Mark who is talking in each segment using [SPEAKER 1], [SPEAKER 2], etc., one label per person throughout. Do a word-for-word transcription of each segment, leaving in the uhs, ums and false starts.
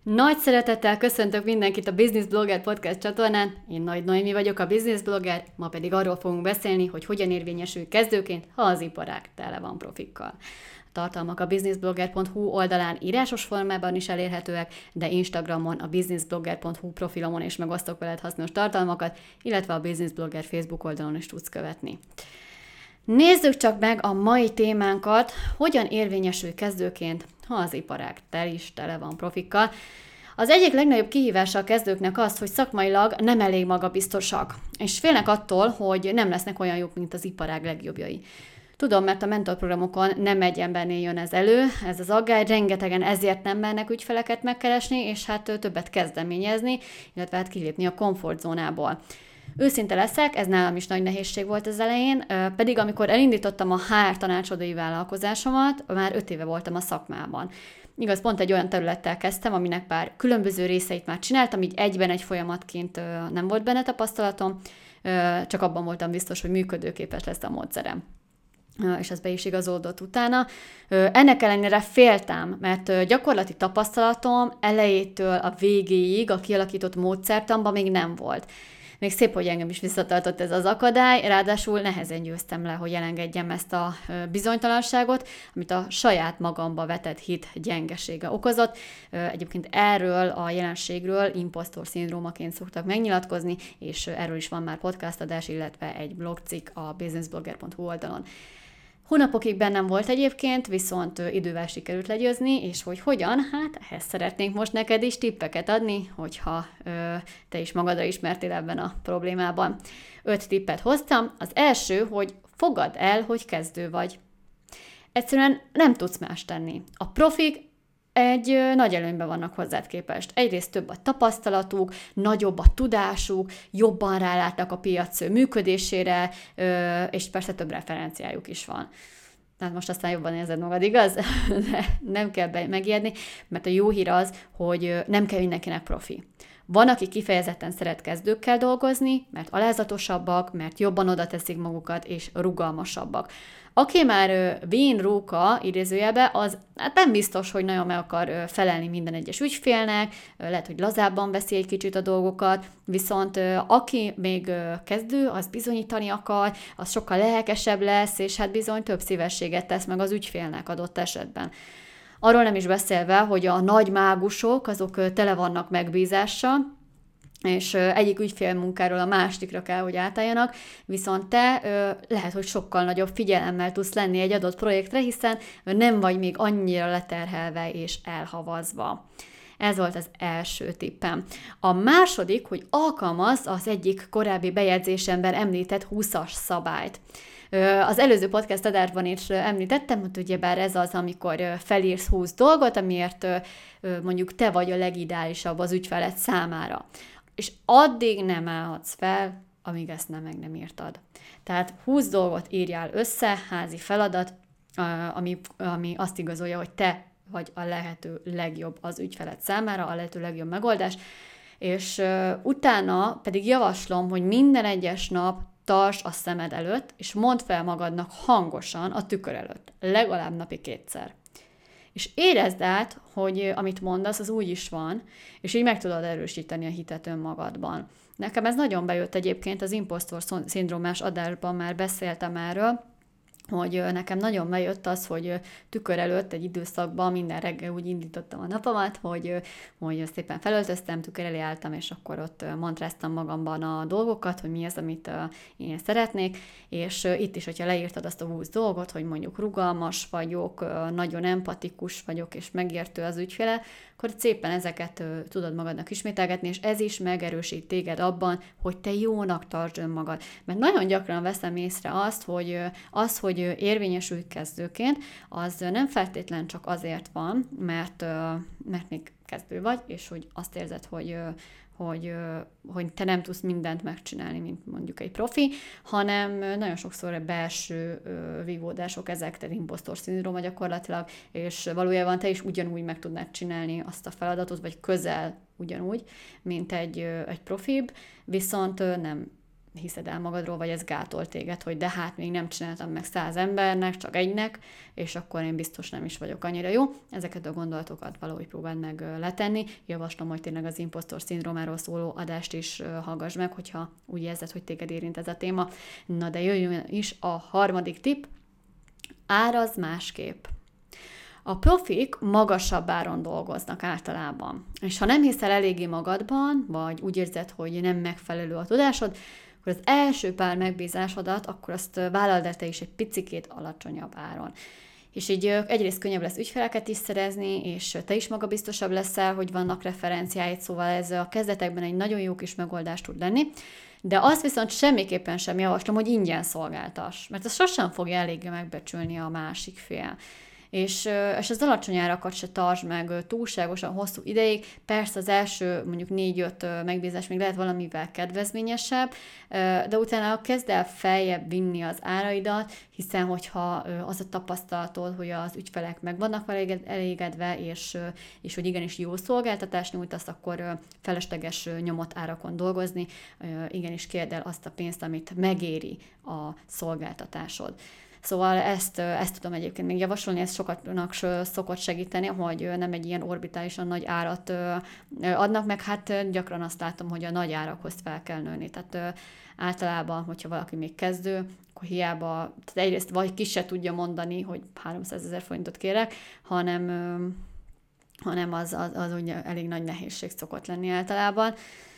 [SPEAKER 1] Nagy szeretettel köszöntök mindenkit a Business Blogger Podcast csatornán. Én Nagy Noémi vagyok, a Business Blogger, ma pedig arról fogunk beszélni, hogy hogyan érvényesül kezdőként, ha az iparág tele van profikkal. A tartalmak a businessblogger pont hu oldalán írásos formában is elérhetőek, de Instagramon, a businessblogger pont hu profilomon is megosztok veled hasznos tartalmakat, illetve a Business Blogger Facebook oldalon is tudsz követni. Nézzük csak meg a mai témánkat, hogyan érvényesül kezdőként, ha az iparág tel is tele van profikkal. Az egyik legnagyobb kihívása a kezdőknek az, hogy szakmailag nem elég magabiztosak, és félnek attól, hogy nem lesznek olyan jók, mint az iparág legjobbjai. Tudom, mert a mentorprogramokon nem egy embernél jön ez elő, ez az aggály, rengetegen ezért nem mernek ügyfeleket megkeresni, és hát többet kezdeményezni, illetve hát kilépni a komfortzónából. Őszinte leszek, ez nálam is nagy nehézség volt az elején, pedig amikor elindítottam a há er tanácsadói vállalkozásomat, már öt éve voltam a szakmában. Igaz, pont egy olyan területtel kezdtem, aminek pár különböző részeit már csináltam, így egyben egy folyamatként nem volt benne tapasztalatom, csak abban voltam biztos, hogy működőképes lesz a módszerem. És ez be is igazolódott utána. Ennek ellenére féltem, mert gyakorlati tapasztalatom elejétől a végéig a kialakított módszertanban még nem volt. Még szép, hogy engem is visszatartott ez az akadály, ráadásul nehezen győztem le, hogy elengedjem ezt a bizonytalanságot, amit a saját magamba vetett hit gyengesége okozott. Egyébként erről a jelenségről impostor szindrómaként szoktak megnyilatkozni, és erről is van már podcast adás, illetve egy blogcikk a businessblogger pont hu oldalon. Hónapokig bennem volt egyébként, viszont idővel sikerült legyőzni, és hogy hogyan, hát ehhez szeretnénk most neked is tippeket adni, hogyha ö, te is magadra ismertél ebben a problémában. Öt tippet hoztam. Az első, hogy fogadd el, hogy kezdő vagy. Egyszerűen nem tudsz más tenni. A profik egy nagy előnyben vannak hozzád képest. Egyrészt több a tapasztalatuk, nagyobb a tudásuk, jobban rálátnak a piac működésére, és persze több referenciájuk is van. Tehát most aztán jobban érzed magad, igaz? De nem kell megijedni, mert a jó hír az, hogy nem kell mindenkinek profi. Van, aki kifejezetten szeret kezdőkkel dolgozni, mert alázatosabbak, mert jobban oda teszik magukat, és rugalmasabbak. Aki már vén róka, idézőjelbe, az hát nem biztos, hogy nagyon meg akar felelni minden egyes ügyfélnek, lehet, hogy lazábban veszi egy kicsit a dolgokat, viszont aki még kezdő, az bizonyítani akar, az sokkal lelkesebb lesz, és hát bizony több szívességet tesz meg az ügyfélnek adott esetben. Arról nem is beszélve, hogy a nagy mágusok, azok tele vannak megbízással, és egyik ügyfélmunkáról a másikra kell, hogy átálljanak, viszont te lehet, hogy sokkal nagyobb figyelemmel tudsz lenni egy adott projektre, hiszen nem vagy még annyira leterhelve és elhavazva. Ez volt az első tippem. A második, hogy alkalmazd az egyik korábbi bejegyzésemben említett húszas szabályt. Az előző podcast adásban is említettem, hogy ugyebár ez az, amikor felírsz húsz dolgot, amiért mondjuk te vagy a legideálisabb az ügyfeled számára. És addig nem állhatsz fel, amíg ezt nem meg nem írtad. Tehát húsz dolgot írjál össze, házi feladat, ami, ami azt igazolja, hogy te vagy a lehető legjobb az ügyfeled számára, a lehető legjobb megoldás, és utána pedig javaslom, hogy minden egyes nap tartsd a szemed előtt, és mondd fel magadnak hangosan a tükör előtt, legalább napi kétszer. És érezd át, hogy amit mondasz, az úgy is van, és így meg tudod erősíteni a hitet önmagadban. Nekem ez nagyon bejött egyébként, az impostor szindrómás adásban már beszéltem erről, hogy nekem nagyon bejött az, hogy tükör előtt egy időszakban minden reggel úgy indítottam a napomat, hogy, hogy szépen felöltöztem, tükör elé álltam, és akkor ott mantráztam magamban a dolgokat, hogy mi az, amit én szeretnék, és itt is, hogyha leírtad azt a húsz dolgot, hogy mondjuk rugalmas vagyok, nagyon empatikus vagyok, és megértő az ügyfele, akkor szépen ezeket tudod magadnak ismételgetni, és ez is megerősít téged abban, hogy te jónak tartsd önmagad. Mert nagyon gyakran veszem észre azt, hogy az, hogy érvényesül kezdőként, az nem feltétlen csak azért van, mert, mert még kezdő vagy, és hogy azt érzed, hogy, hogy, hogy te nem tudsz mindent megcsinálni, mint mondjuk egy profi, hanem nagyon sokszor belső vívódások ezek, tehát impostor szindróma gyakorlatilag, és valójában te is ugyanúgy meg tudnád csinálni azt a feladatot, vagy közel ugyanúgy, mint egy, egy profibb, viszont nem hiszed el magadról, vagy ez gátol téged, hogy de hát még nem csináltam meg száz embernek, csak egynek, és akkor én biztos nem is vagyok annyira jó. Ezeket a gondolatokat valahogy próbáld meg letenni. Javaslom, hogy tényleg az impostor szindrómáról szóló adást is hallgass meg, hogyha úgy érzed, hogy téged érint ez a téma. Na de jöjjön is a harmadik tipp, árazd másképp. A profik magasabb áron dolgoznak általában. És ha nem hiszel eléggé magadban, vagy úgy érzed, hogy nem megfelelő a tudásod, akkor az első pár megbízásodat, akkor azt vállald el te is egy picikét alacsonyabb áron. És így egyrészt könnyebb lesz ügyfeleket is szerezni, és te is magabiztosabb leszel, hogy vannak referenciáid, szóval ez a kezdetekben egy nagyon jó kis megoldás tud lenni. De azt viszont semmiképpen sem javaslom, hogy ingyen szolgáltass, mert ez sosem fogja eléggé megbecsülni a másik fél. És, és az alacsony árakat se tartsd meg túlságosan hosszú ideig. Persze az első mondjuk négy-öt megbízás még lehet valamivel kedvezményesebb, de utána kezd el feljebb vinni az áraidat, hiszen hogyha az a tapasztalatod, hogy az ügyfelek meg vannak elégedve, és, és hogy igenis jó szolgáltatást nyújtasz, akkor felesleges nyomott árakon dolgozni, igenis kérd el azt a pénzt, amit megéri a szolgáltatásod. Szóval ezt, ezt tudom egyébként még javasolni, ez sokatnak szokott segíteni, hogy nem egy ilyen orbitálisan nagy árat adnak, meg hát gyakran azt látom, hogy a nagy árakhoz fel kell nőni. Tehát általában, hogyha valaki még kezdő, akkor hiába, tehát egyrészt vagy ki se tudja mondani, hogy háromszázezer forintot kérek, hanem, hanem az, az, az ugye elég nagy nehézség szokott lenni általában.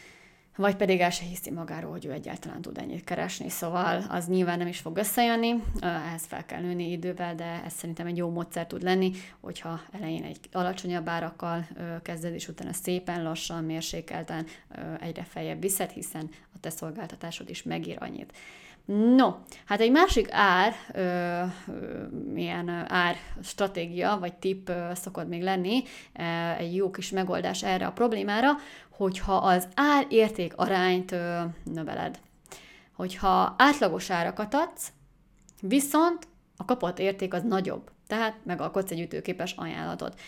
[SPEAKER 1] Vagy pedig el se hiszi magáról, hogy ő egyáltalán tud ennyit keresni, szóval az nyilván nem is fog összejönni, ehhez fel kell nőni idővel, de ez szerintem egy jó módszer tud lenni, hogyha elején egy alacsonyabb árakkal kezded, és utána szépen lassan, mérsékelten egyre feljebb viszed, hiszen a te szolgáltatásod is megír annyit. No, hát egy másik ár, ö, ö, milyen ár stratégia, vagy tipp ö, szokott még lenni, ö, egy jó kis megoldás erre a problémára, hogyha az ár-érték arányt ö, növeled. Hogyha átlagos árakat adsz, viszont a kapott érték az nagyobb, tehát megalkotsz egy ütőképes ajánlatot.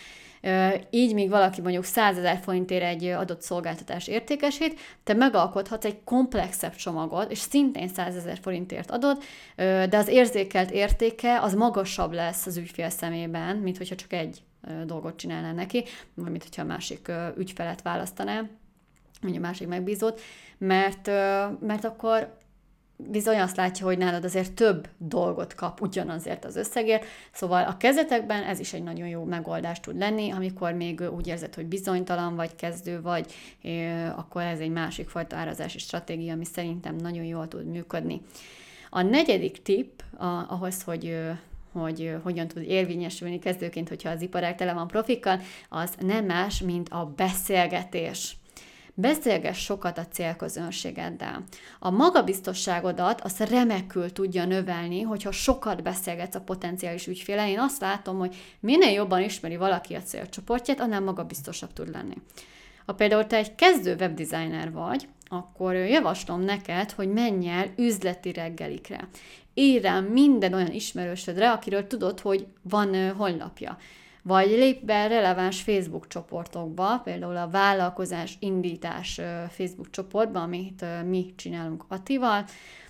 [SPEAKER 1] Így még valaki mondjuk százezer forintért egy adott szolgáltatás értékesít, te megalkothatsz egy komplexebb csomagot, és szintén százezer forintért adod, de az érzékelt értéke az magasabb lesz az ügyfél szemében, mint hogyha csak egy dolgot csinálnál neki, vagy mint hogyha a másik ügyfelet választaná, vagy a másik megbízót, mert, mert akkor bizony azt látja, hogy nálad azért több dolgot kap ugyanazért az összegért, szóval a kezdetekben ez is egy nagyon jó megoldás tud lenni, amikor még úgy érzed, hogy bizonytalan vagy, kezdő vagy, akkor ez egy másik fajta árazási stratégia, ami szerintem nagyon jól tud működni. A negyedik tipp ahhoz, hogy hogy hogyan tud érvényesülni kezdőként, hogyha az iparág tele van profikkal, az nem más, mint a beszélgetés. Beszélgess sokat a célközönségeddel. A magabiztosságodat azt remekül tudja növelni, hogyha sokat beszélgetsz a potenciális ügyféllel. Én azt látom, hogy minél jobban ismeri valaki a célcsoportját, annál magabiztosabb tud lenni. Ha például te egy kezdő webdesigner vagy, akkor javaslom neked, hogy menj el üzleti reggelikre. Írj rá minden olyan ismerősödre, akiről tudod, hogy van honlapja. Vagy lépj be releváns Facebook csoportokba, például a vállalkozás indítás Facebook csoportba, amit mi csinálunk Attival,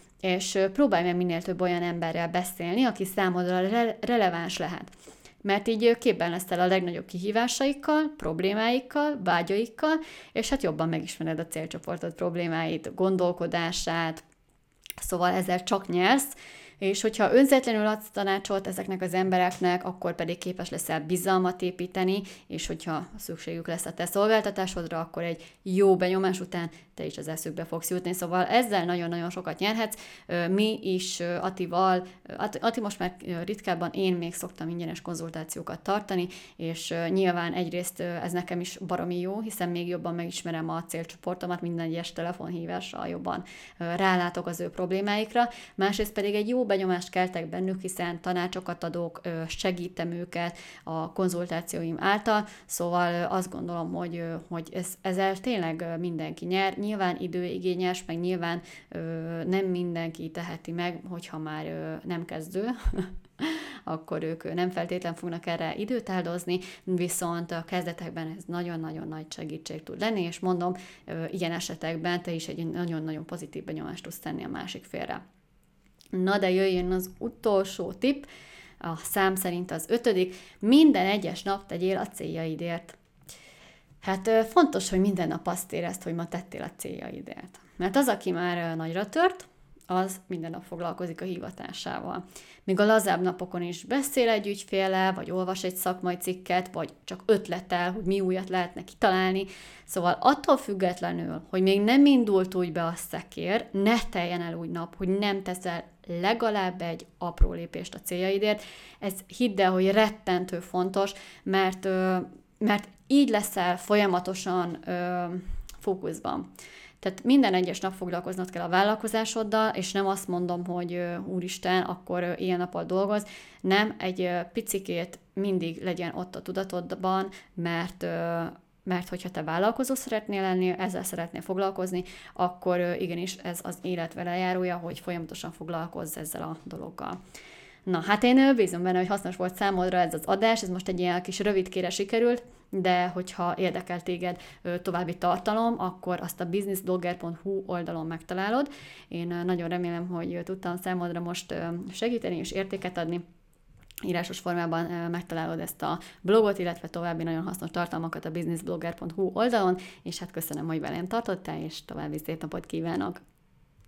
[SPEAKER 1] és próbálj meg minél több olyan emberrel beszélni, aki számodra re- releváns lehet. Mert így képben leszel a legnagyobb kihívásaikkal, problémáikkal, vágyaikkal, és hát jobban megismered a célcsoportod problémáit, gondolkodását, szóval ezzel csak nyersz, és hogyha önzetlenül adsz tanácsot ezeknek az embereknek, akkor pedig képes leszel bizalmat építeni, és hogyha szükségük lesz a te szolgáltatásodra, akkor egy jó benyomás után te is az eszükbe fogsz jutni. Szóval ezzel nagyon-nagyon sokat nyerhetsz. Mi is Attival, Atti most már ritkábban, én még szoktam ingyenes konzultációkat tartani, és nyilván egyrészt ez nekem is baromi jó, hiszen még jobban megismerem a célcsoportomat, minden egyes telefonhívással jobban rálátok az ő problémáikra, másrészt pedig egy jó benyomást keltek bennük, hiszen tanácsokat adok, segítem őket a konzultációim által, szóval azt gondolom, hogy, hogy ez, ezzel tényleg mindenki nyer. Nyilván időigényes, meg nyilván ö, nem mindenki teheti meg, hogyha már ö, nem kezdő, akkor ők nem feltétlen fognak erre időt áldozni, viszont a kezdetekben ez nagyon-nagyon nagy segítség tud lenni, és mondom, ilyen esetekben te is egy nagyon-nagyon pozitív benyomást tudsz tenni a másik félre. Na de jöjjön az utolsó tipp, a szám szerint az ötödik, minden egyes nap tegyél a céljaidért. Hát fontos, hogy minden nap azt érezd, hogy ma tettél a céljaidért. Mert az, aki már nagyra tört, az minden nap foglalkozik a hivatásával. Míg a lazább napokon is beszél egy ügyféllel, vagy olvas egy szakmai cikket, vagy csak ötletel, hogy mi újat lehetne kitalálni. Szóval attól függetlenül, hogy még nem indult úgy be a szekér, ne teljen el úgy nap, hogy nem teszel legalább egy apró lépést a céljaidért. Ez hidd el, hogy rettentő fontos, mert, mert így leszel folyamatosan ö, fókuszban. Tehát minden egyes nap foglalkoznod kell a vállalkozásoddal, és nem azt mondom, hogy úristen, akkor ilyen nappal dolgoz, nem, egy picikét mindig legyen ott a tudatodban, mert, mert hogyha te vállalkozó szeretnél lenni, ezzel szeretnél foglalkozni, akkor igenis ez az élet vele járója, hogy folyamatosan foglalkozz ezzel a dologgal. Na, hát én bízom benne, hogy hasznos volt számodra ez az adás, ez most egy ilyen kis rövidkére sikerült, de hogyha érdekel téged további tartalom, akkor azt a businessblogger pont hu oldalon megtalálod. Én nagyon remélem, hogy tudtam számodra most segíteni és értéket adni. Írásos formában megtalálod ezt a blogot, illetve további nagyon hasznos tartalmakat a businessblogger pont hu oldalon, és hát köszönöm, hogy velem tartottál, és további szép napot kívánok!